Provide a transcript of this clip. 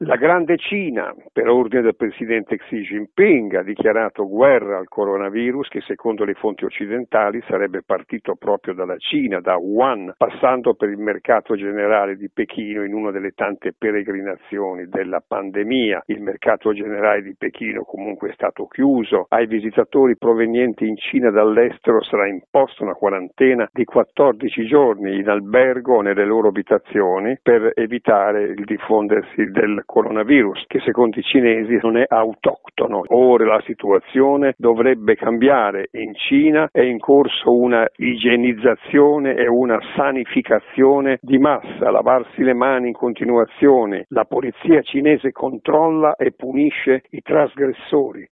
La grande Cina, per ordine del presidente Xi Jinping, ha dichiarato guerra al coronavirus che secondo le fonti occidentali sarebbe partito proprio dalla Cina, da Wuhan, passando per il mercato generale di Pechino in una delle tante peregrinazioni della pandemia. Il mercato generale di Pechino comunque è stato chiuso. Ai visitatori provenienti in Cina dall'estero sarà imposta una quarantena di 14 giorni in albergo o nelle loro abitazioni per evitare il diffondersi del coronavirus, che secondo i cinesi non è autoctono. Ora la situazione dovrebbe cambiare. In Cina è in corso una igienizzazione e una sanificazione di massa, lavarsi le mani in continuazione. La polizia cinese controlla e punisce i trasgressori.